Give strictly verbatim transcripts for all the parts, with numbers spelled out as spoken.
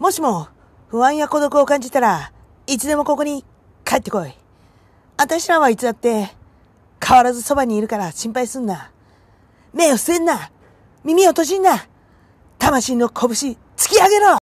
もしも不安や孤独を感じたらいつでもここに帰ってこい。私らはいつだって変わらずそばにいるから心配すんな。目を伏せんな。耳を閉じんな。魂の拳突き上げろ。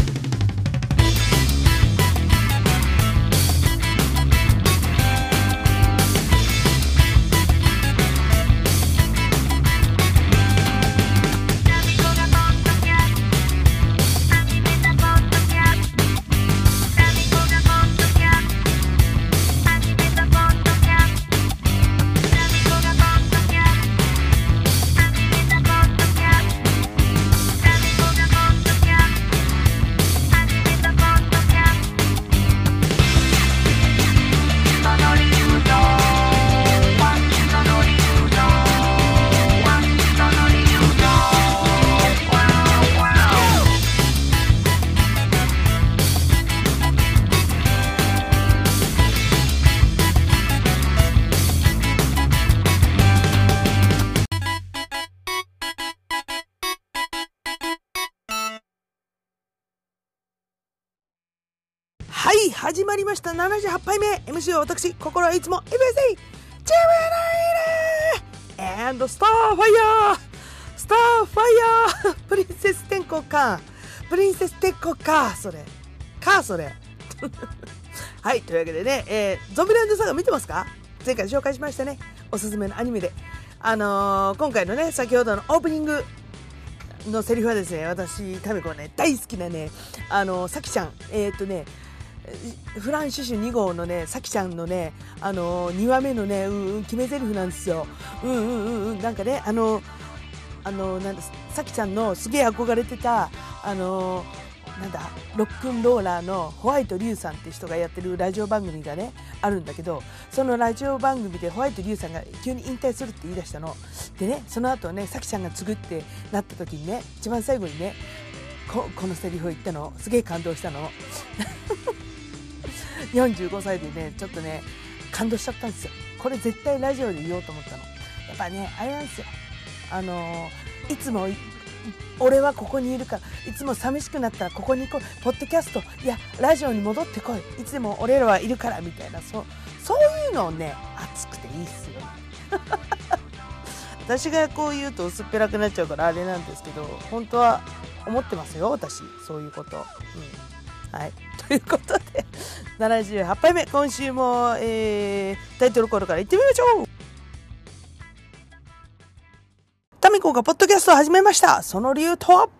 はい、始まりましたななじゅうはちはいめ エムシー は私、心はいつも エフエスエー ジェムナイル and スターファイヤースターファイヤープリンセス天候かプリンセス天候かそれかそれはい、というわけでね、えー、ゾンビランドサガ見てますか？前回紹介しましたね、おすすめのアニメで。あのー、今回のね、先ほどのオープニングのセリフはですね、私、タミコね、大好きなね、あのー、さきちゃん、えー、っとね、フランシュシュに号のね、さきちゃんのね、あのー、にわめのね、うんうん、決め台詞なんですよ。うんうんうんうん、なんかね、あのー、あのー、なんだ、さきちゃんのすげえ憧れてた、あのー、なんだ、ロックンローラーのホワイトリュウさんって人がやってるラジオ番組がね、あるんだけど、そのラジオ番組でホワイトリュウさんが急に引退するって言い出したの。でね、その後ね、さきちゃんが継ぐってなった時にね、一番最後にね、こ, このセリフを言ったの、すげえ感動したの。よんじゅうごさいでね、ちょっとね、感動しちゃったんですよ。これ絶対ラジオで言おうと思ったの。やっぱね、あれなんですよ。あのー、いつも俺はここにいるから、いつも寂しくなったらここに行こう。ポッドキャスト、いや、ラジオに戻ってこい。いつでも俺らはいるから、みたいな、そう、そういうのをね、熱くていいっすよ。私がこう言うと薄っぺらくなっちゃうからあれなんですけど、本当は思ってますよ、私。そういうこと。うん。はい。ということで、ななじゅうはちはいめ、今週も、えー、タイトルコールからいってみましょう。タミコがポッドキャストを始めました。その理由とは、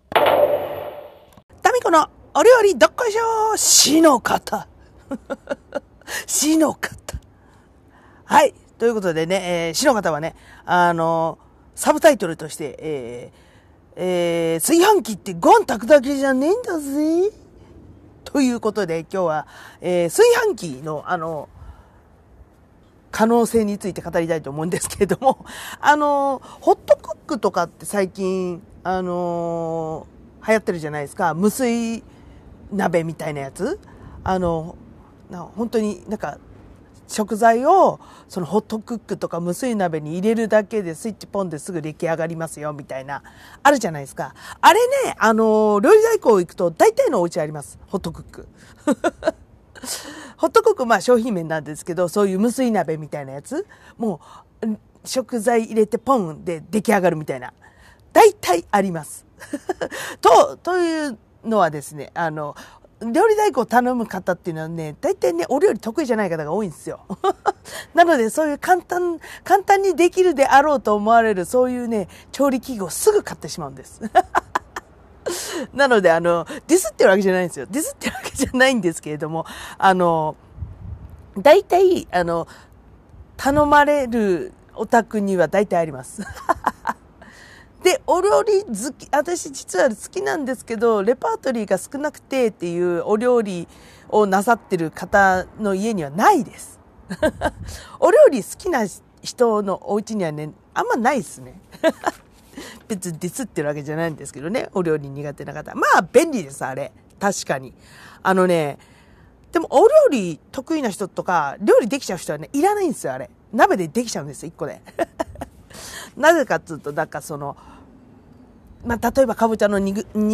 タミコのお料理どっこいしょ死の方。死の方。はい。ということでね、えー、死の方はね、あのー、サブタイトルとして、えーえー、炊飯器ってゴン炊くだけじゃねえんだぜ。ということで今日は、えー、炊飯器のあの可能性について語りたいと思うんですけれども、あのホットクックとかって最近あの流行ってるじゃないですか。無水鍋みたいなやつ、あのな本当になんか食材をそのホットクックとか無水鍋に入れるだけでスイッチポンですぐ出来上がりますよみたいなあるじゃないですか。あれね、あの料理代行行くと大体のお家あります、ホットクック。ホットクック、まあ商品名なんですけど、そういう無水鍋みたいなやつ、もう食材入れてポンで出来上がるみたいな、大体あります。とというのはですね、あの料理代行を頼む方っていうのはね、大体ね、お料理得意じゃない方が多いんですよ。なので、そういう簡単、簡単にできるであろうと思われる、そういうね、調理器具をすぐ買ってしまうんです。なので、あの、ディスってるわけじゃないんですよ。ディスってるわけじゃないんですけれども、あの、大体、あの、頼まれるお宅には大体あります。で、お料理好き、私実は好きなんですけど、レパートリーが少なくてっていうお料理をなさってる方の家にはないです。お料理好きな人のお家にはね、あんまないですね。別にディスってるわけじゃないんですけどね、お料理苦手な方。まあ、便利です、あれ。確かに。あのね、でもお料理得意な人とか、料理できちゃう人はね、いらないんですよ、あれ。鍋でできちゃうんですよ、一個で。なぜかっていうと、なんかその、まあ、例えばかぼちゃの煮に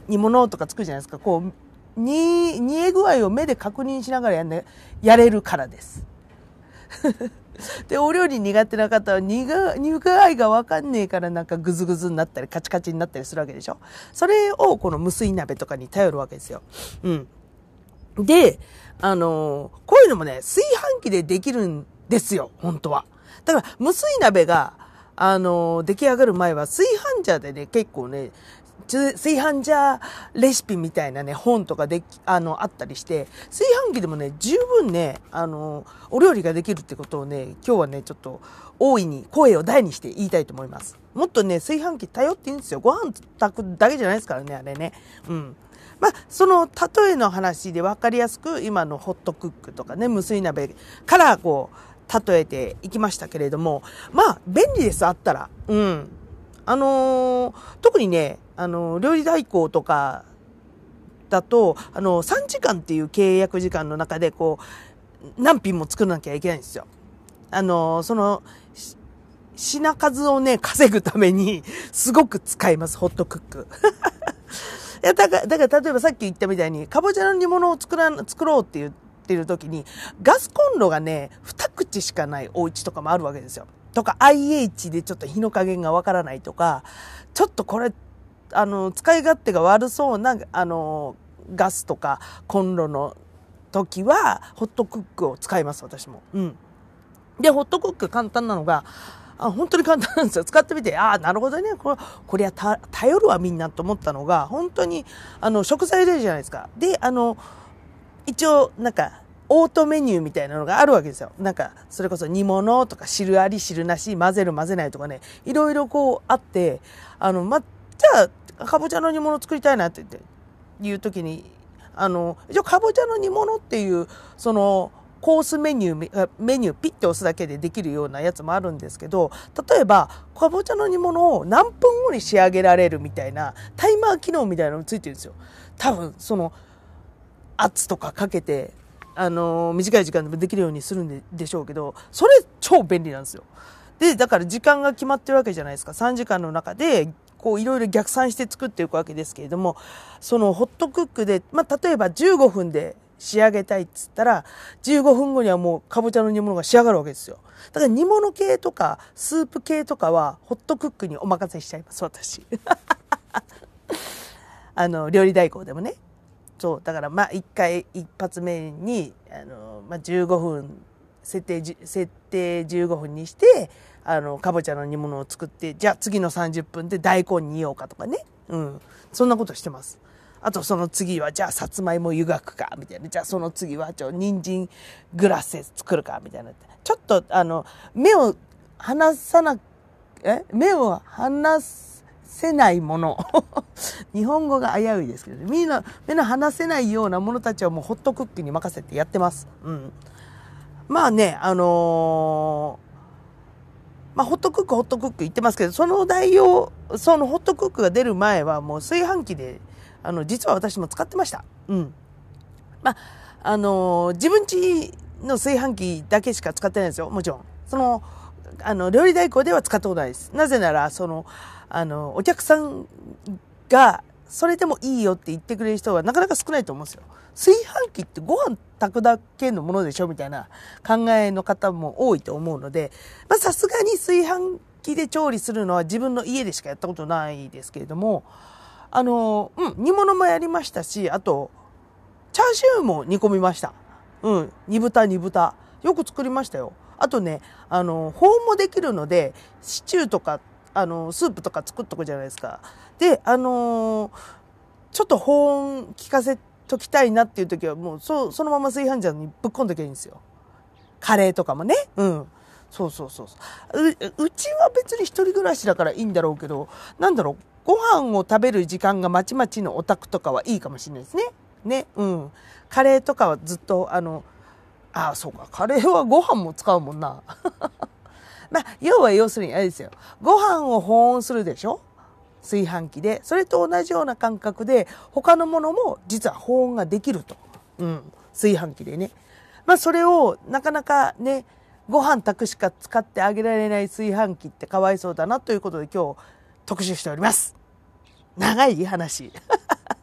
煮物とか作るじゃないですか。こう、煮、煮え具合を目で確認しながらやんね、やれるからです。で、お料理苦手な方は煮が、煮具合がわかんねえからなんかグズグズになったりカチカチになったりするわけでしょ。それをこの無水鍋とかに頼るわけですよ。うん。で、あのー、こういうのもね、炊飯器でできるんですよ、本当は。だから、無水鍋が、あのー、出来上がる前は炊飯ジャーでね、結構ね、炊飯ジャーレシピみたいなね、本とかで、あの、あったりして、炊飯器でもね、十分ね、あの、お料理ができるってことをね、今日はね、ちょっと、大いに、声を大にして言いたいと思います。もっとね、炊飯器頼っていいんですよ。ご飯炊くだけじゃないですからね、あれね。うん。まあ、その、例えの話で分かりやすく、今のホットクックとかね、無水鍋から、こう、例えていきましたけれども、まあ、便利です、あったら。うん。あのー、特にね、あのー、料理代行とかだと、あのー、さんじかんっていう契約時間の中で、こう、何品も作らなきゃいけないんですよ。あのー、その、品数をね、稼ぐために、すごく使います、ホットクック。いや、だから、だから例えばさっき言ったみたいに、かぼちゃの煮物を作ら、作ろうって言ってる時に、ガスコンロがね、二口しかないお家とかもあるわけですよ。とか アイエイチ でちょっと火の加減がわからないとか、ちょっとこれ、あの、使い勝手が悪そうな、あの、ガスとかコンロの時は、ホットクックを使います、私も。うん。で、ホットクック簡単なのが、あ、本当に簡単なんですよ。使ってみて、ああ、なるほどね。これ、こりゃた、頼るわ、みんなと思ったのが、本当に、あの、食材入れるじゃないですか。で、あの、一応、なんか、オートメニューみたいなのがあるわけですよ。なんか、それこそ煮物とか汁あり汁なし、混ぜる混ぜないとかね、いろいろこうあって、あの、ま、じゃあ、かぼちゃの煮物作りたいなって言って、言うときに、あの、一応かぼちゃの煮物っていう、その、コースメニュー、メニューピッて押すだけでできるようなやつもあるんですけど、例えば、かぼちゃの煮物を何分後に仕上げられるみたいな、タイマー機能みたいなのがついてるんですよ。多分、その、圧とかかけて、あのー、短い時間でもできるようにするん で, でしょうけど、それ超便利なんですよ。で、だから時間が決まってるわけじゃないですか。さんじかんの中で、こういろいろ逆算して作っていくわけですけれども、そのホットクックで、まあ、例えばじゅうごふんで仕上げたいっつったら、じゅうごふんごにはもうかぼちゃの煮物が仕上がるわけですよ。だから煮物系とかスープ系とかはホットクックにお任せしちゃいます、私。あの、料理代行でもね。そう、だからまあ一回一発目に、あの、まあじゅうごふん、設定、設定じゅうごふんにして、あの、かぼちゃの煮物を作って、じゃあ次のさんじゅっぷんで大根煮ようかとかね。うん。そんなことしてます。あとその次は、じゃあさつまいも湯がくか、みたいな。じゃあその次は、ちょ、人参グラッセ作るか、みたいな。ちょっと、あの、目を離さな、え目を離す、せないもの日本語が危ういですけど、ね、みんな目の離せないようなものたちはもうホットクックに任せてやってます。うん。まあね、あのー、まあホットクックホットクック言ってますけど、その代用、そのホットクックが出る前はもう炊飯器で、あの実は私も使ってました。うん。まああのー、自分家の炊飯器だけしか使ってないんですよ。もちろん。そのあの料理代行では使ったことないです。なぜならそのあの、お客さんが、それでもいいよって言ってくれる人はなかなか少ないと思うんですよ。炊飯器ってご飯炊くだけのものでしょみたいな考えの方も多いと思うので、まあさすがに炊飯器で調理するのは自分の家でしかやったことないですけれども、あの、うん、煮物もやりましたし、あと、チャーシューも煮込みました。うん、煮豚煮豚。よく作りましたよ。あとね、あの、保温もできるので、シチューとか、あの、スープとか作っとくじゃないですか。で、あのー、ちょっと保温効かせときたいなっていう時は、もう、そ、そのまま炊飯ジャーにぶっこんどきゃいいんですよ。カレーとかもね。うん。そうそうそうう。うちは別に一人暮らしだからいいんだろうけど、なんだろう、ご飯を食べる時間がまちまちのお宅とかはいいかもしれないですね。ね。うん。カレーとかはずっと、あの、ああ、そうか、カレーはご飯も使うもんな。まあ、要は要するにあれですよ。ご飯を保温するでしょ？炊飯器で。それと同じような感覚で、他のものも実は保温ができると。うん。炊飯器でね。まあ、それをなかなかね、ご飯炊くしか使ってあげられない炊飯器ってかわいそうだなということで今日特集しております。長い話。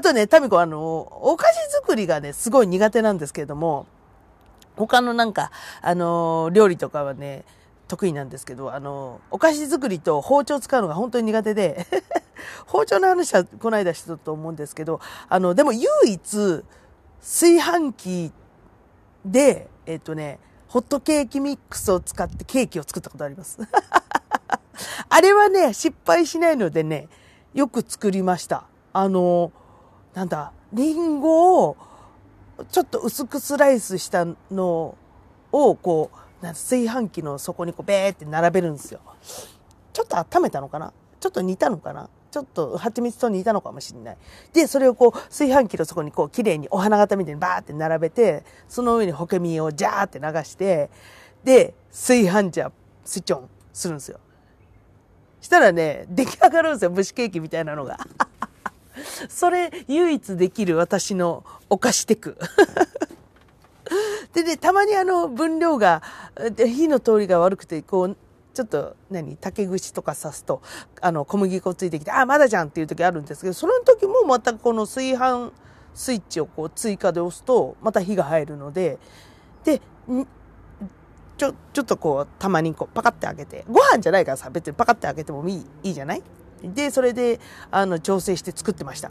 とね、タミコあの、お菓子作りがね、すごい苦手なんですけれども、他のなんか、あの、料理とかはね、得意なんですけど、あの、お菓子作りと包丁使うのが本当に苦手で、包丁の話はこの間したと思うんですけど、あの、でも唯一、炊飯器で、えっとね、ホットケーキミックスを使ってケーキを作ったことあります。あれはね、失敗しないのでね、よく作りました。あの、なんだ、リンゴをちょっと薄くスライスしたのを、こう、炊飯器の底にこうベーって並べるんですよ。ちょっと温めたのかな？ちょっと煮たのかな？ちょっと蜂蜜と煮たのかもしれない。で、それをこう、炊飯器の底にこう、綺麗にお花形みたいにバーって並べて、その上にホケミをジャーって流して、で、炊飯ジャー、スイッチオンするんですよ。したらね、出来上がるんですよ、蒸しケーキみたいなのが。それ、唯一できる私のお菓子テク。でね、たまにあの、分量が、火の通りが悪くて、こう、ちょっと、何、竹串とか刺すと、あの、小麦粉ついてきて、あ、まだじゃんっていう時あるんですけど、その時もまたこの炊飯スイッチをこう追加で押すと、また火が入るので、で、ちょ、ちょっとこう、たまにこう、パカって開けて、ご飯じゃないからさ、別にパカって開けてもいい、いいじゃない？で、それで、あの、調整して作ってました。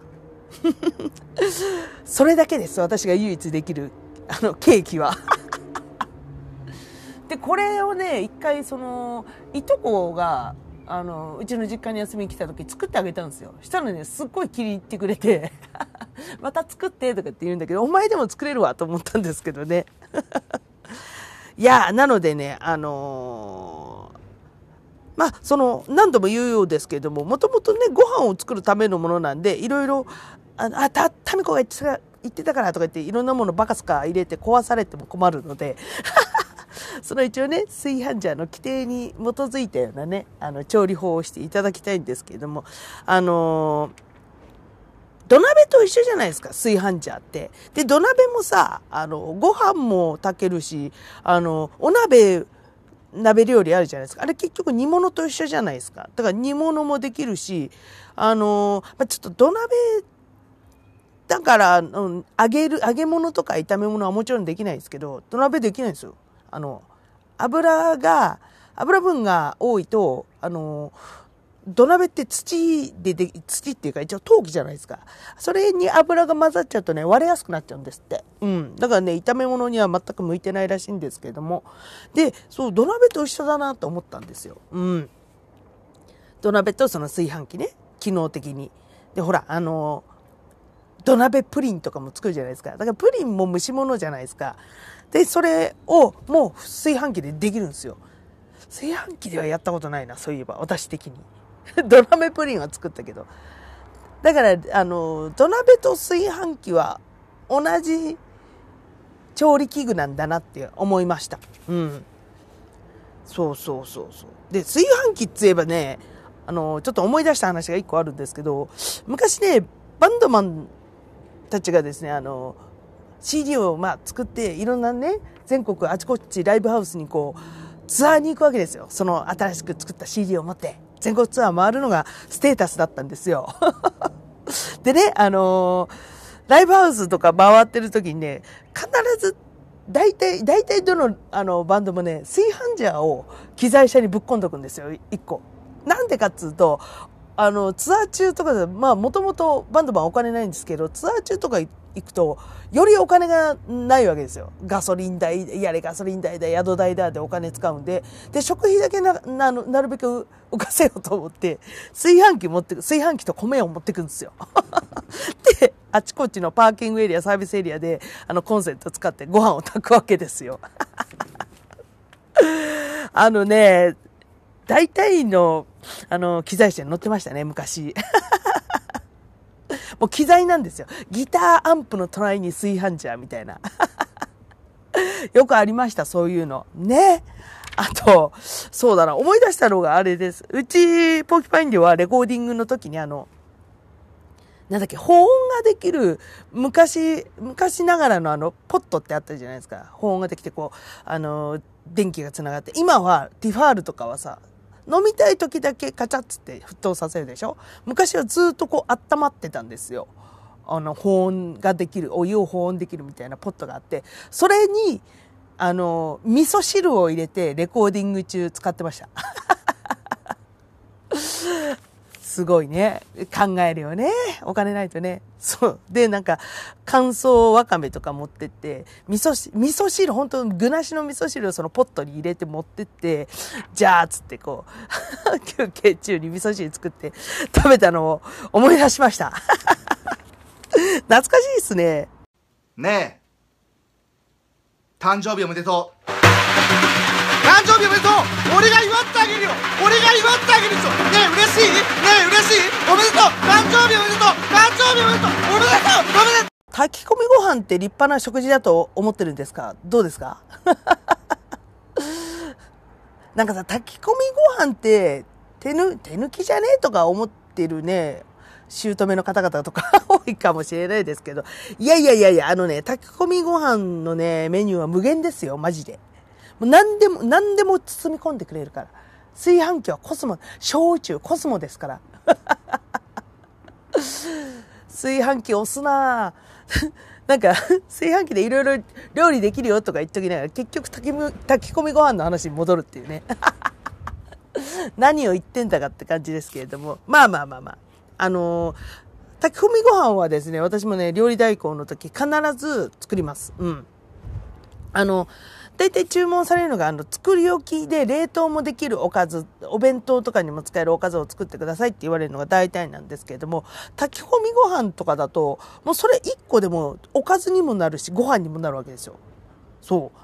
それだけです。私が唯一できる、あの、ケーキは。で、これをね、一回、その、いとこが、あの、うちの実家に遊びに来た時作ってあげたんですよ。したらね、すっごい気に入ってくれて、また作ってとかって言うんだけど、お前でも作れるわと思ったんですけどね。いや、なのでね、あのー、まあ、その、何度も言うようですけれども、もともとね、ご飯を作るためのものなんで、いろいろ、あ、あた、タミコが言ってた、言ってたからとか言って、いろんなものバカスカ入れて壊されても困るので、その一応ね、炊飯ジャーの規定に基づいたようなね、あの、調理法をしていただきたいんですけれども、あのー、土鍋と一緒じゃないですか、炊飯ジャーって。で、土鍋もさ、あの、ご飯も炊けるし、あの、お鍋、鍋料理あるじゃないですか。あれ結局煮物と一緒じゃないですか。だから煮物もできるし、あの、まあ、ちょっと土鍋、だから、うん、揚げる、揚げ物とか炒め物はもちろんできないですけど、土鍋できないんですよ。あの、油が、油分が多いと、あの、土鍋って土でで、土っていうか一応陶器じゃないですか。それに油が混ざっちゃうとね、割れやすくなっちゃうんですって。うん。だからね、炒め物には全く向いてないらしいんですけれども。で、そう、土鍋と一緒だなと思ったんですよ。うん。土鍋とその炊飯器ね、機能的に。で、ほら、あの、土鍋プリンとかも作るじゃないですか。だからプリンも蒸し物じゃないですか。で、それをもう炊飯器でできるんですよ。炊飯器ではやったことないな、そういえば、私的に。土鍋プリンは作ったけど。だから、あの、土鍋と炊飯器は同じ調理器具なんだなって思いました。うん。そうそうそうそう。で、炊飯器って言えばね、あの、ちょっと思い出した話が一個あるんですけど、昔ね、バンドマンたちがですね、あの、シーディー をまあ作って、いろんなね、全国あちこちライブハウスにこう、ツアーに行くわけですよ。その新しく作った シーディー を持って。全国ツアー回るのがステータスだったんですよ。でね、あのー、ライブハウスとか回ってる時にね、必ず、大体、大体どの、あの、バンドもね、炊飯ジャーを機材車にぶっ込んどくんですよ、一個。なんでかっつうと、あの、ツアー中とかで、まあ、もともとバンドマンお金ないんですけど、ツアー中とか行くと、よりお金がないわけですよ。ガソリン代、やれガソリン代だ、宿代だでお金使うんで、で、食費だけな、な、なるべく浮かせようと思って、炊飯器持ってく、炊飯器と米を持ってくんですよ。で、あちこちのパーキングエリア、サービスエリアで、あの、コンセント使ってご飯を炊くわけですよ。あのね、大体の、あの、機材車に乗ってましたね、昔。もう機材なんですよ。ギターアンプの隣に炊飯ジャーみたいな。よくありました、そういうの。ね。あと、そうだな、思い出したのがあれです。うち、ポーキパインではレコーディングの時にあの、なんだっけ、保温ができる、昔、昔ながらのあの、ポットってあったじゃないですか。保温ができて、こう、あの、電気がつながって。今は、ティファールとかはさ、飲みたい時だけカチャッつって沸騰させるでしょ。昔はずっとこう温まってたんですよ。 あの、保温ができる、お湯を保温できるみたいなポットがあって、それに、あの、味噌汁を入れてレコーディング中使ってました。すごいね。考えるよね。お金ないとね。そう。で、なんか、乾燥わかめとか持ってって、味噌汁、味噌汁、本当具なしの味噌汁をそのポットに入れて持ってって、じゃあ、つってこう、休憩中に味噌汁作って食べたのを思い出しました。懐かしいっすね。 ねえ。誕生日おめでとう。誕生日おめでとう。俺が祝ってあげるよ。俺が祝ってあげるぞ。ねえ嬉しい。ねえ嬉しい。おめでとう。誕生日おめでとう。誕生日おめでとう。おめでとう。おめでとう。 炊き込みご飯って立派な食事だと思ってるんですか？どうですか？なんかさ、炊き込みご飯って手ぬ、手抜きじゃねえとか思ってるね、姑の方々とか多いかもしれないですけど、いやいやいやいや、あのね、炊き込みご飯のね、メニューは無限ですよ、マジで。もう何でも、何でも包み込んでくれるから。炊飯器はコスモ、小宇宙コスモですから。炊飯器押すなぁ。なんか、炊飯器でいろいろ料理できるよとか言っときながら、結局炊き、炊き込みご飯の話に戻るっていうね。何を言ってんだかって感じですけれども。まあまあまあまあ。あのー、炊き込みご飯はですね、私もね、料理代行の時必ず作ります。うん。あの、大体注文されるのが、あの、作り置きで冷凍もできるおかず、お弁当とかにも使えるおかずを作ってくださいって言われるのが大体なんですけれども、炊き込みご飯とかだと、もうそれ一個でもおかずにもなるし、ご飯にもなるわけですよ。そう。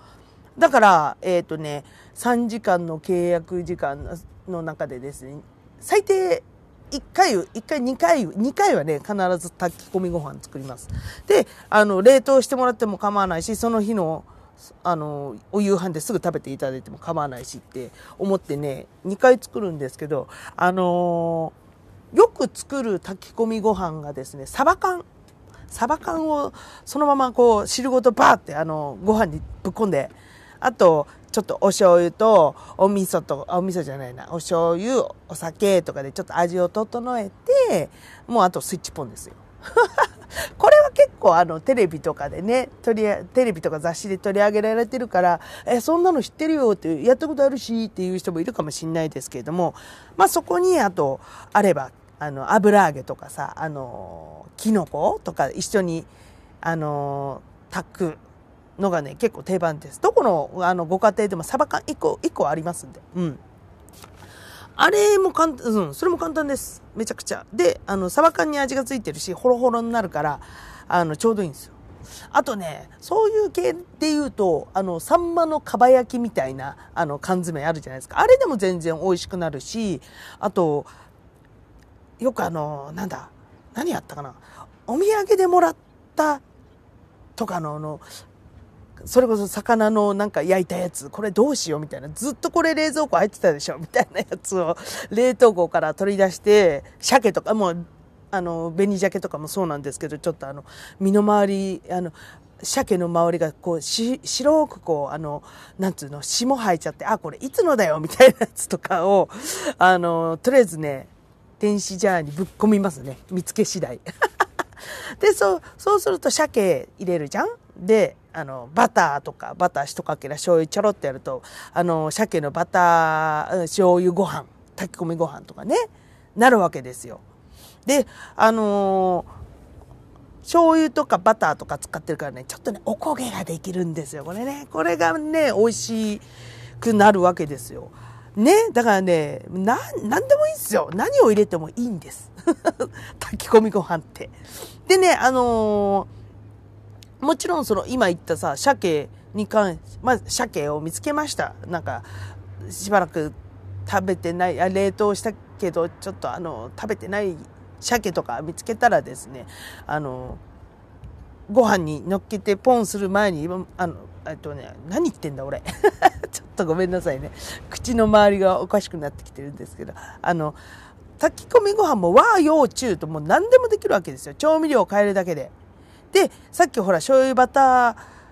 だから、えっとね、さんじかんの契約時間の中でですね、最低、一回、一回、二回、二回はね、必ず炊き込みご飯作ります。で、あの、冷凍してもらっても構わないし、その日の、あの、お夕飯ですぐ食べていただいても構わないしって思ってね、にかい作るんですけど、あのー、よく作る炊き込みご飯がですね、サバ缶。サバ缶をそのままこう、汁ごとバーってあの、ご飯にぶっ込んで、あと、ちょっとお醤油と、お味噌と、お味噌じゃないな、お醤油、お酒とかでちょっと味を整えて、もうあとスイッチポンですよ。これは結構あのテレビとかでね、取りテレビとか雑誌で取り上げられてるから、え、そんなの知ってるよって、やったことあるしっていう人もいるかもしれないですけれども、まあそこにあと、あれば、あの、油揚げとかさ、あの、キノコとか一緒に、あの、炊くのがね、結構定番です。どこの、あの、ご家庭でもサバ缶いっこ、いっこありますんで。うん。あれも簡単、うん、それも簡単です。めちゃくちゃ。で、あの、サバ缶に味がついてるし、ホロホロになるから、あの、ちょうどいいんですよ。あとね、そういう系で言うと、あの、サンマのかば焼きみたいな、あの、缶詰あるじゃないですか。あれでも全然美味しくなるし、あと、よくあの、なんだ、何やったかな。お土産でもらったとかの、あの、それこそ魚のなんか焼いたやつ、これどうしようみたいな、ずっとこれ冷蔵庫入ってたでしょみたいなやつを冷凍庫から取り出して、鮭とかもう、あの、紅鮭とかもそうなんですけど、ちょっとあの、身の回り、あの、鮭の周りがこう、し、白くこう、あの、なんつうの、霜生えちゃって、あ、これいつのだよみたいなやつとかを、あの、とりあえずね、電子ジャーにぶっ込みますね。見つけ次第。で、そう、そうすると鮭入れるじゃん？で、あの、バターとか、バター一かけら醤油ちょろってやると、あの、鮭のバター、醤油ご飯、炊き込みご飯とかね、なるわけですよ。で、あのー、醤油とかバターとか使ってるからね、ちょっとね、おこげができるんですよ。これね。これがね、美味しくなるわけですよ。ね。だからね、な、なんでもいいんですよ。何を入れてもいいんです。炊き込みご飯って。でね、あのー、もちろんその今言ったさ、鮭に関し、まあ、鮭を見つけました。なんか、しばらく食べてない、あ冷凍したけど、ちょっとあの、食べてない鮭とか見つけたらですね、あの、ご飯に乗っけてポンする前に、あの、えっとね、何言ってんだ俺。ちょっとごめんなさいね。口の周りがおかしくなってきてるんですけど、あの、炊き込みご飯も和洋中ともう何でもできるわけですよ。調味料を変えるだけで。で、さっきほら醤油バター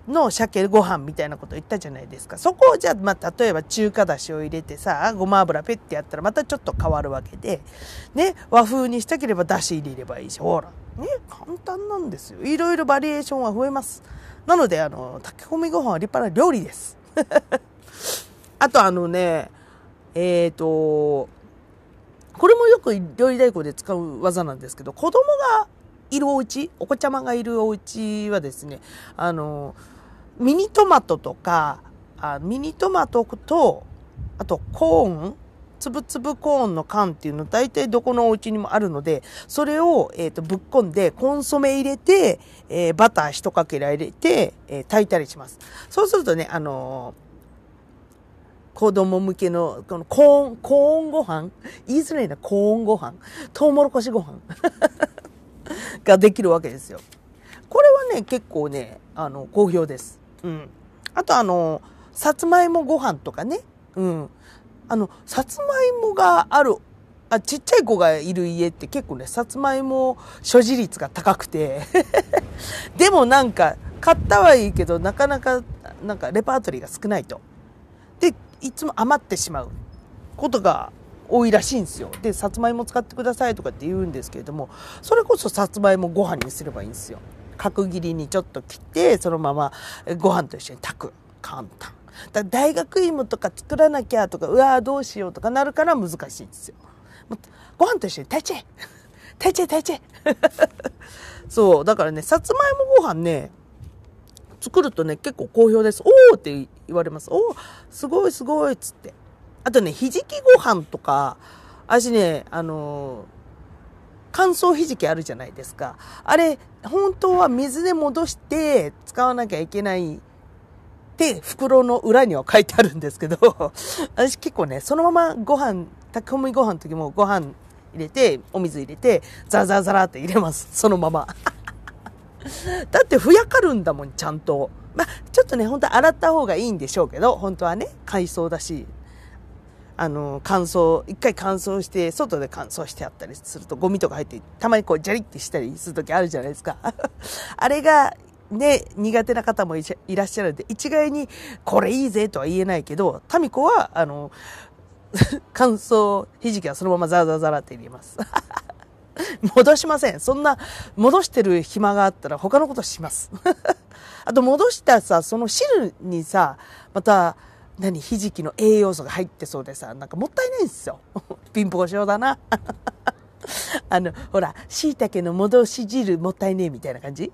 の鮭ご飯みたいなこと言ったじゃないですか。そこをじゃあ、まあ、例えば中華だしを入れてさ、ごま油ペッてやったらまたちょっと変わるわけで、ね、和風にしたければだし入れればいいし、ほら、ね、簡単なんですよ。いろいろバリエーションは増えます。なので、あの、炊き込みご飯は立派な料理です。あとあのね、えっと、これもよく料理代行で使う技なんですけど、子供がいるお家、お子ちゃまがいるお家はですね、あの、ミニトマトとか、あミニトマトと、あとコーン、つぶつぶコーンの缶っていうの大体どこのお家にもあるので、それを、えー、とぶっこんでコンソメ入れて、えー、バター一かけら入れて、えー、炊いたりします。そうするとね、あのー、子供向けのこのコーン、コーンご飯言いづらいな、コーンご飯トウモロコシご飯ができるわけですよ。これはね、結構ね、あの、好評です。うん。あとあの、さつまいもご飯とかね。うん。あの、さつまいもがある、あ、ちっちゃい子がいる家って結構ね、さつまいも所持率が高くて。でもなんか、買ったはいいけど、なかなか、なんかレパートリーが少ないと。で、いつも余ってしまうことが多いらしいんですよ。で、さつまいも使ってくださいとかって言うんですけれども、それこそさつまいもご飯にすればいいんですよ。角切りにちょっと切って、そのままご飯と一緒に炊く。簡単。だ大学芋とか作らなきゃとか、うわーどうしようとかなるから難しいんですよ。ご飯と一緒に炊いちゃえ炊いちゃえ炊いちゃえそう、だからね、さつまいもご飯ね、作るとね、結構好評です。おーって言われます。おー、すごいすごいっつって。あとね、ひじきご飯とか、私ね、あのー、乾燥ひじきあるじゃないですか。あれ、本当は水で戻して使わなきゃいけないって袋の裏には書いてあるんですけど、私結構ね、そのままご飯、炊き込みご飯の時もご飯入れて、お水入れて、ザラザラザラって入れます。そのまま。だってふやかるんだもん、ちゃんと。まあ、ちょっとね、本当は洗った方がいいんでしょうけど、本当はね、海藻だし、あの、乾燥、一回乾燥して、外で乾燥してあったりすると、ゴミとか入って、たまにこう、ジャリッてしたりするときあるじゃないですか。あれが、ね、苦手な方もいらっしゃるんで、一概に、これいいぜとは言えないけど、タミコは、あの、乾燥ひじきはそのままザラザラザラって入れます。戻しません。そんな、戻してる暇があったら他のことします。あと、戻したさ、その汁にさ、また、何、ひじきの栄養素が入ってそうでさ、なんかもったいないんですよ。貧乏症だな。あの、ほら、椎茸の戻し汁もったいねえみたいな感じ。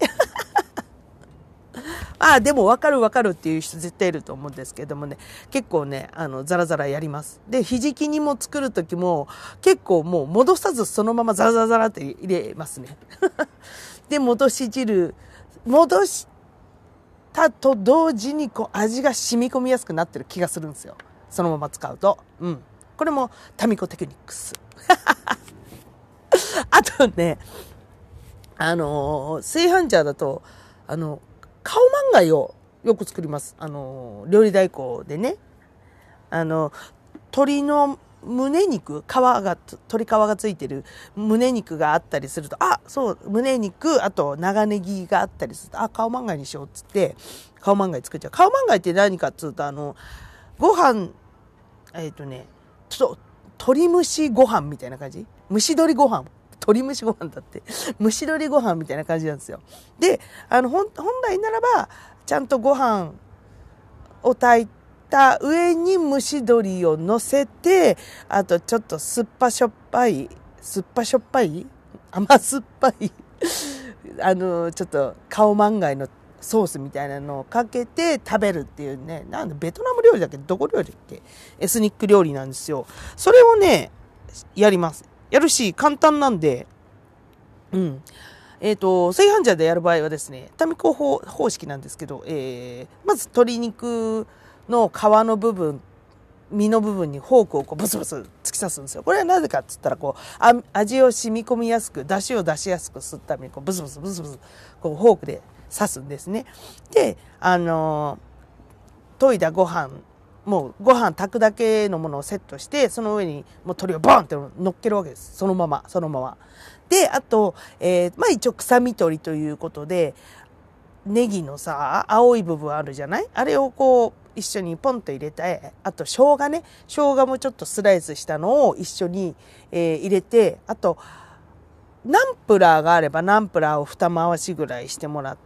ああ、でも分かる分かるっていう人絶対いると思うんですけどもね、結構ね、あの、ザラザラやります。で、ひじき煮も作るときも、結構もう戻さずそのままザラザラザラって入れますね。で、戻し汁、戻したと同時にこう味が染み込みやすくなってる気がするんですよ。そのまま使うと。うん。これもタミコテクニックス。あとね、あのー、炊飯ジャーだと、あの、カオマンガイをよく作ります。あの、料理代行でね。あの、鶏の胸肉、皮が、鶏皮がついてる胸肉があったりすると、あ、そう、胸肉、あと長ネギがあったりすると、あ、カオマンガイにしようっつって、カオマンガイ作っちゃう。カオマンガイって何かっつうと、あの、ご飯、えっとね、ちょっと、鶏蒸しご飯みたいな感じ？蒸し鶏ご飯。鶏蒸しご飯だって。蒸し鶏ご飯みたいな感じなんですよ。で、あの、本来ならば、ちゃんとご飯を炊いた上に蒸し鶏を乗せて、あとちょっと酸っぱしょっぱい、酸っぱしょっぱい甘酸っぱいあの、ちょっとカオマンガイのソースみたいなのをかけて食べるっていうね、なんでベトナム料理だっけどこ料理だっけエスニック料理なんですよ。それをね、やります。やるし、簡単なんで、うん。えっと、炊飯ジャーでやる場合はですね、タミコ方式なんですけど、えー、まず鶏肉の皮の部分、身の部分にフォークをこうブスブス突き刺すんですよ。これはなぜかっつったら、こう、あ味を染み込みやすく、出汁を出しやすくするために、こうブスブスブスブス、こうフォークで刺すんですね。で、あのー、研いだご飯、もうご飯炊くだけのものをセットして、その上にもう鶏をボンって乗っけるわけです。そのまま、そのまま。で、あと、えー、まあ一応臭み取りということで、 ネギのさ、青い部分あるじゃない？あれをこう、一緒にポンと入れて、あと生姜ね、生姜もちょっとスライスしたのを一緒に、えー、入れて、あと、ナンプラーがあればナンプラーを二回しぐらいしてもらって、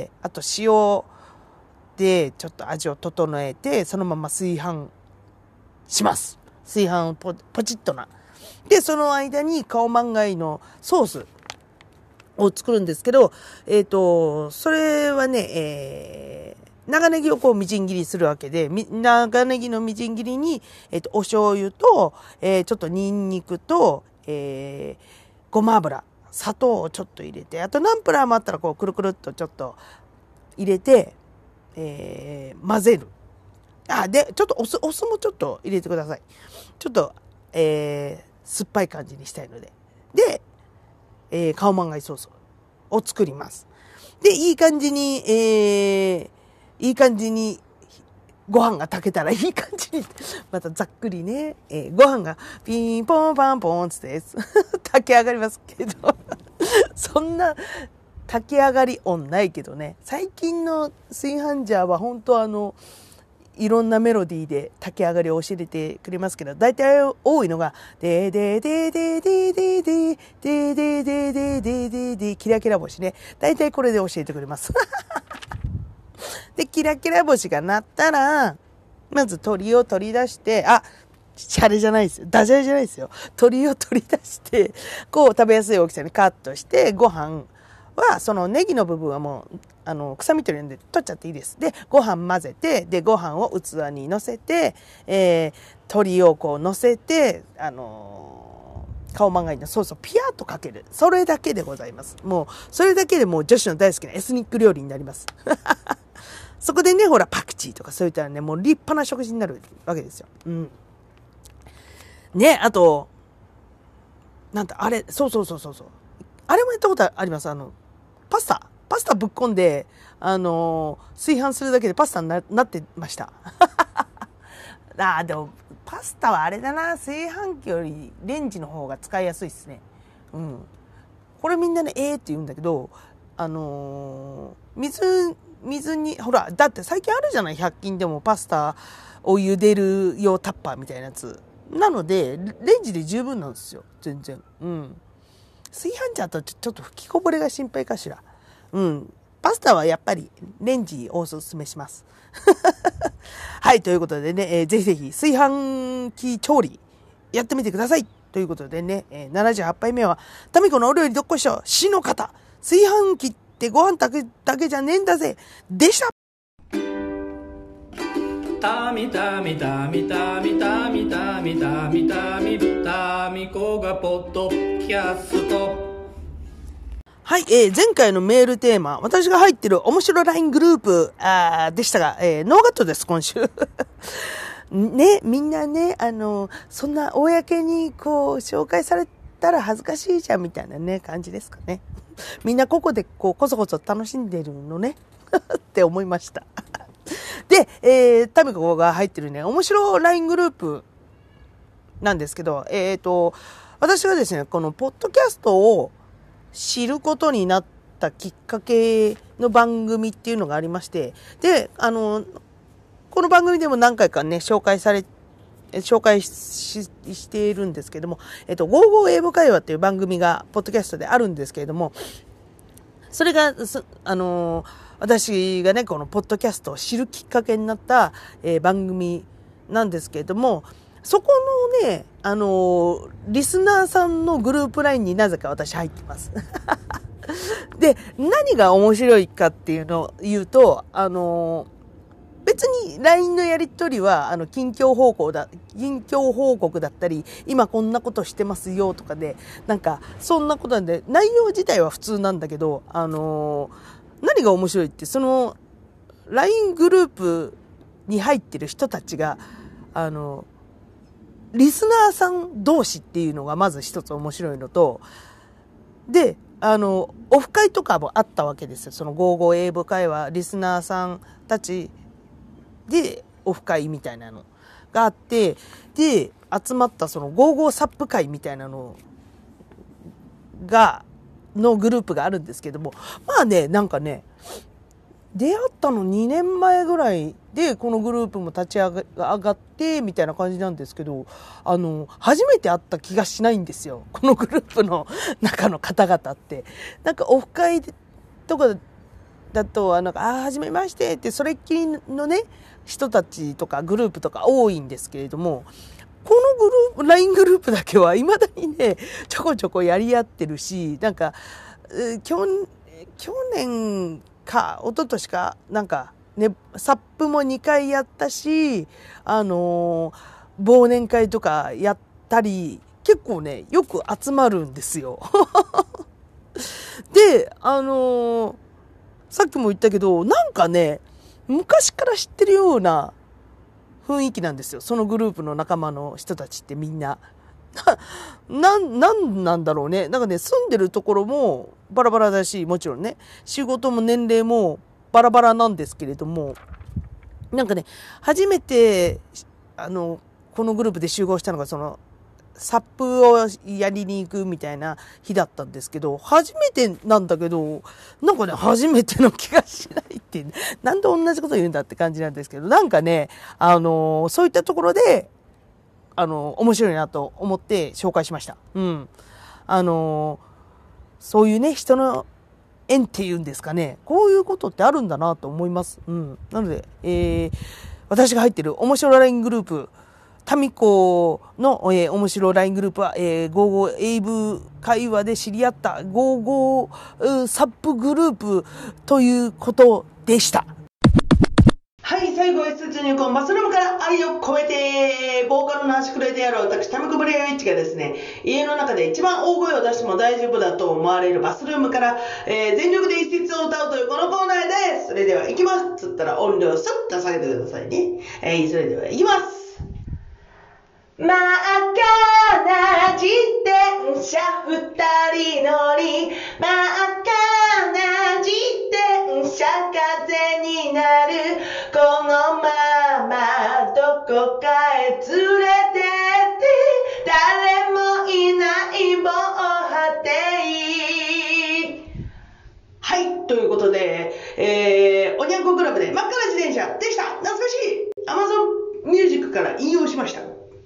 あと塩でちょっと味を整えて、そのまま炊飯します。炊飯を ポ, ポチッとな。で、その間にカオマンガイのソースを作るんですけど、えっと、それはね、えー、長ネギをこうみじん切りするわけで、長ネギのみじん切りに、えっと、お醤油と、えー、ちょっとニンニクと、えー、ごま油、砂糖をちょっと入れて、あとナンプラーもあったらこうくるくるっとちょっと入れて、えー、混ぜる。あ、で、ちょっとお酢、お酢もちょっと入れてください。ちょっと、えー、酸っぱい感じにしたいので。で、えー、カオマンガイソースを作ります。で、いい感じに、えー、いい感じに、ご飯が炊けたらいい感じに、またざっくりね、えー、ご飯がピンポンパンポンつって炊き上がりますけど、そんな炊き上がり音ないけどね、最近の炊飯ジャーは本当あの、いろんなメロディーで炊き上がりを教えてくれますけど、大体多いのが、でーでーでーでーでーでーでーでーでーでーでーでーでーでーキラキラ星ね。大体これで教えてくれます。で、キラキラ星が鳴ったら、まず鳥を取り出して、あ、シャレじゃないですよ。ダジャレじゃないですよ。鳥を取り出して、こう食べやすい大きさにカットして、ご飯は、そのネギの部分はもう、あの、臭み取りなんで取っちゃっていいです。で、ご飯混ぜて、で、ご飯を器に乗せて、えー、鶏をこう乗せて、あのー、カオマンガイのソースをピヤーっとかける。それだけでございます。もう、それだけでもう女子の大好きなエスニック料理になります。そこでね、ほら、パクチーとかそういったらね、もう立派な食事になるわけですよ。うん。ね、あと、なんだ、あれ、そうそうそうそうそう。あれもやったことあります。あの、パスタ。パスタぶっこんで、あのー、炊飯するだけでパスタに な, なってました。ああ、でも、パスタはあれだな。炊飯器よりレンジの方が使いやすいですね。うん。これみんなね、えーって言うんだけど、あのー、水、水に、ほら、だって最近あるじゃない？ひゃく均でもパスタを茹でる用タッパーみたいなやつ。なので、レンジで十分なんですよ。全然。うん。炊飯器だとちょっと吹きこぼれが心配かしら。うん。パスタはやっぱりレンジをおすすめします。はい、ということでね、えー、ぜひぜひ炊飯器調理やってみてください。ということでね、えー、ななじゅうはち杯目は、タミコのお料理どっこいしょ、死の方、炊飯器ってご飯炊くだけじゃねえんだぜ、でした。 タミタミタミタミタミタミタミタミタミコがポッドキャスト。 はい、えー、前回のメールテーマ、私が入ってる面白 ライン グループあーでしたが、えー、ノーガットです、今週。ね、みんなね、あの、そんな公にこう、紹介されたら恥ずかしいじゃんみたいなね、感じですかね。みんなここでこう、こそこそ楽しんでるのね、って思いました。で、えー、タミコが入ってるね、面白 ライン グループなんですけど、えっと、私がですね、このポッドキャストを知ることになったきっかけの番組っていうのがありまして、で、あの、この番組でも何回かね、紹介され、紹介 し, しているんですけども、えっと、ゴーゴー英語会話っていう番組が、ポッドキャストであるんですけれども、それが、あの、私がね、このポッドキャストを知るきっかけになった、えー、番組なんですけれども、そこのね、あの、リスナーさんのグループラインになぜか私入ってます。で、何が面白いかっていうのを言うと、あの、別に ライン のやり取りは、あの、近況報告だ、近況報告だったり、今こんなことしてますよとかで、なんか、そんなことなんで、内容自体は普通なんだけど、あの、何が面白いって、その、ライン グループに入ってる人たちが、あの、リスナーさん同士っていうのがまず一つ面白いのと、で、あの、オフ会とかもあったわけですよ。そのゴーゴー英語会話、リスナーさんたちでオフ会みたいなのがあって、で、集まったそのゴーゴーサップ会みたいなのが、のグループがあるんですけども、まあね、なんかね、 出会ったのにねんまえぐらいで、このグループも立ち上が上がってみたいな感じなんですけど、あの初めて会った気がしないんですよ、このグループの中の方々って。なんかオフ会とかだと、なんかあーはじめましてってそれっきりのね人たちとかグループとか多いんですけれども、このグループ ライン グループだけはいまだにねちょこちょこやり合ってるし、なんか去去年か一昨年かなんかね、サップもにかいやったし、あのー、忘年会とかやったり、結構ねよく集まるんですよで、あのー、さっきも言ったけど、なんかね昔から知ってるような雰囲気なんですよ、そのグループの仲間の人たちってみんな。な、なんなんだろうね。なんかね、住んでるところもバラバラだし、もちろんね、仕事も年齢もバラバラなんですけれども、なんかね、初めて、あの、このグループで集合したのが、その、サップをやりに行くみたいな日だったんですけど、初めてなんだけど、なんかね、初めての気がしないって、なんで同じこと言うんだって感じなんですけど、なんかね、あの、そういったところで、あの、面白いなと思って紹介しました。うん。あの、そういうね、人の縁っていうんですかね。こういうことってあるんだなと思います。うん。なので、えー、私が入ってる面白 ライン グループ、タミコの、えー、面白 ライン グループは、えー、ゴーゴーエイブ会話で知り合ったゴーゴーサップグループということでした。はい、最後は出入魂マスルームから愛を込めて、ボーカルの端くれである私、タミコブレイウィッチがですね、家の中で一番大声を出しても大丈夫だと思われるバスルームから、えー、全力で一節を歌うというこのコーナーです。それでは行きます。つったら音量をスッと下げてくださいね。えー、それでは行きます。真っ赤な自転車二人乗り、真っ赤な自転車風になる、このままどこかへ連れてって誰もいない防波堤。はい、ということで、えー、おにゃんこクラブで真っ赤な自転車でした。懐かしい Amazon ミュージックから引用しました。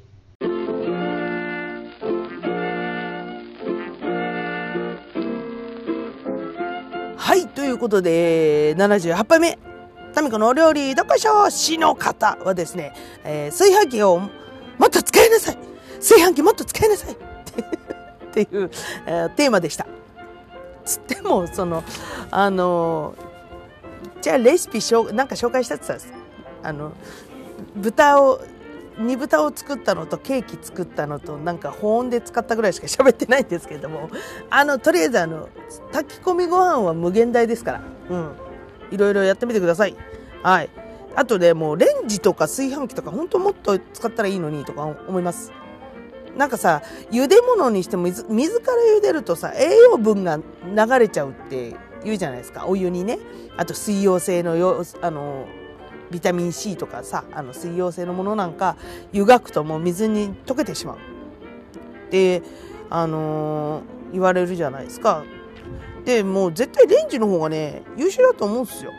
はい、ということでななじゅうはちぱいめ、タミコのお料理どこいしょしの方はですね、えー、炊飯器をもっと使いなさい、炊飯器もっと使いなさいっていう、えー、テーマでした。つってもそのあのー、じゃあレシピしょなんか紹介したってさ、あの豚を煮豚を作ったのとケーキ作ったのとなんか保温で使ったぐらいしか喋ってないんですけれども、あのとりあえずあの炊き込みご飯は無限大ですから、うん、いろいろやってみてください。はい。あとね、もうレンジとか炊飯器とか本当もっと使ったらいいのにとか思います。なんかさ、茹で物にしても 水, 水から茹でるとさ、栄養分が流れちゃうって言うじゃないですか、お湯にね。あと水溶性のよあのビタミン C とかさ、あの水溶性のものなんか湯がくともう水に溶けてしまうってあのー、言われるじゃないですか。でもう絶対レンジの方がね優秀だと思うんですよ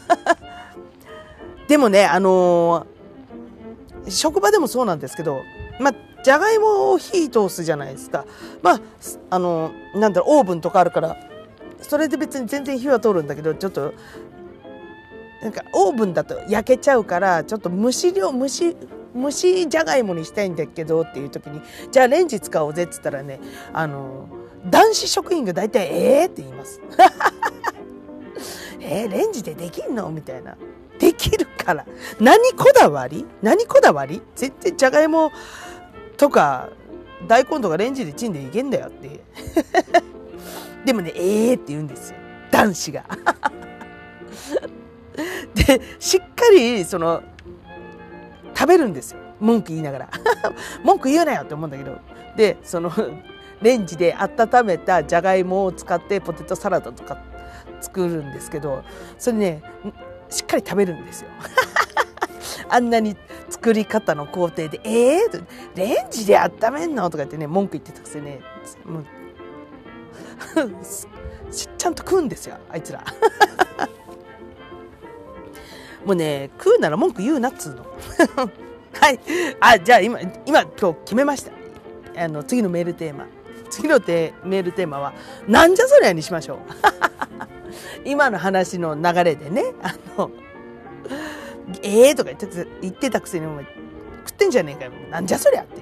でもね、あのー、職場でもそうなんですけど、まあじゃがいもを火通すじゃないですか。まああのー、なんだろう、オーブンとかあるからそれで別に全然火は通るんだけど、ちょっとなんかオーブンだと焼けちゃうからちょっと蒸し量蒸し蒸しじゃがいもにしたいんだけどっていう時に、じゃあレンジ使おうぜっつったらね、あの男子職員が大体えーって言いますえー、レンジでできんのみたいな。できるから。何こだわり何こだわり絶対じゃがいもとか大根とかレンジでチンでいけんだよってでもね、えーって言うんですよ、男子がでしっかりその食べるんですよ、文句言いながら文句言うなよって思うんだけど、でそのレンジで温めたじゃがいもを使ってポテトサラダとか作るんですけど、それねしっかり食べるんですよあんなに作り方の工程でえー、レンジで温めんのとか言ってね文句言ってたくせね、もうちゃんと食うんですよあいつらもうね、食うなら文句言うなっつうの。はい。あ、じゃあ今、今、今日決めました。あの、次のメールテーマ。次のテメールテーマは、なんじゃそりゃにしましょう。今の話の流れでね、あの、えーとか言ってた、言ってたくせに、お前、食ってんじゃねえかよ。なんじゃそりゃっていう。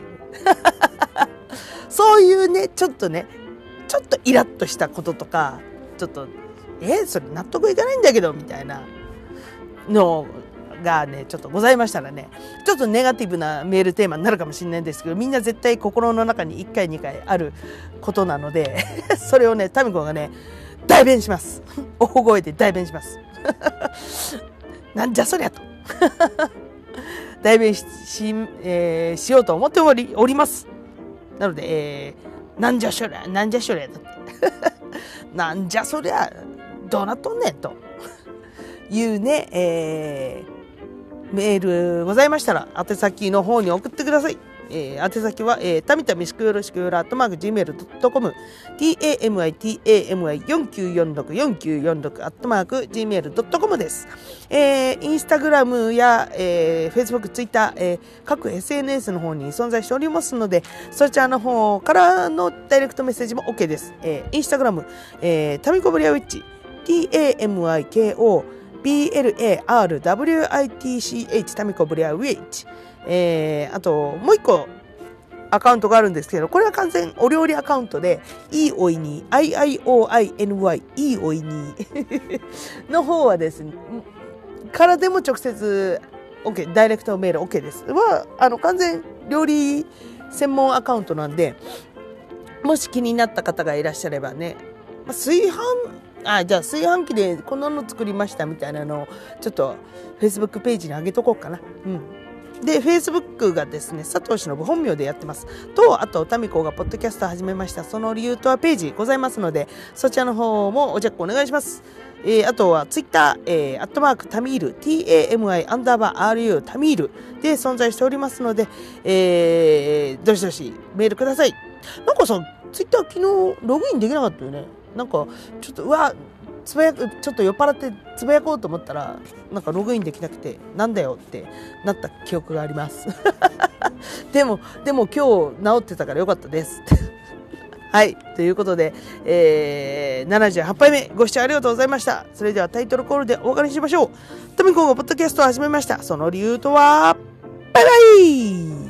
そういうね、ちょっとね、ちょっとイラッとしたこととか、ちょっと、えー、それ納得いかないんだけど、みたいなのがね、ちょっとございましたらね、ちょっとネガティブなメールテーマになるかもしれないんですけど、みんな絶対心の中にいっかいにかいあることなので、それをね、タミコがね、代弁します。大声で代弁します。なんじゃそりゃと。代弁し、し、えー、しようと思っており、おります。なので、えー、なんじゃそりゃ、なんじゃそりゃだって。なんじゃそりゃ、どうなっとんねんというね、えー、メールございましたら、宛先の方に送ってください。えー、宛先は、えー、たみたみしくよろしくよろ、アットマーク、ジーメールドットコム、tamitamy よんきゅうよんろく よんきゅうよんろく、アットマーク、ジーメールドットコム です。えー、インスタグラムや、えー、フェイスブック、ツイッター、えー、各 エスエヌエス の方に存在しておりますので、そちらの方からのダイレクトメッセージも OK です。えー、インスタグラム、えー、タミコブリアウィッチ、tamikoブラウィッチ、タミコブリアウィッチ。えー、あと、もう一個アカウントがあるんですけど、これは完全お料理アカウントで、いいおいに、アイアイオーアイエヌワイ、いいおいにの方はですね、からでも直接 OK、ダイレクトメール OK です。は、あの、完全料理専門アカウントなんで、もし気になった方がいらっしゃればね、まあ、炊飯、あ、じゃあ炊飯器でこんなの作りましたみたいなのを、ちょっと Facebook ページに上げとこうかな。うん。で、Facebook がですね、佐藤忍本名でやってます。と、あと、タミコがポッドキャスト始めました。その理由とはページございますので、そちらの方もおチェックお願いします。えー、あとは、Twitter、えー、アットマーク、タミール、ティーエーエムアイ アンダーバー アールユー、タミールで存在しておりますので、えー、どしどしメールください。なんかさ、Twitter 昨日ログインできなかったよね。なんか、ちょっと、うわ、つぶやく、ちょっと酔っ払ってつぶやこうと思ったら、なんかログインできなくて、なんだよってなった記憶があります。でも、でも今日治ってたからよかったです。はい。ということで、えー、ななじゅうはちはいめご視聴ありがとうございました。それではタイトルコールでお別れしましょう。タミコがポッドキャストを始めました。その理由とは、バイバイ。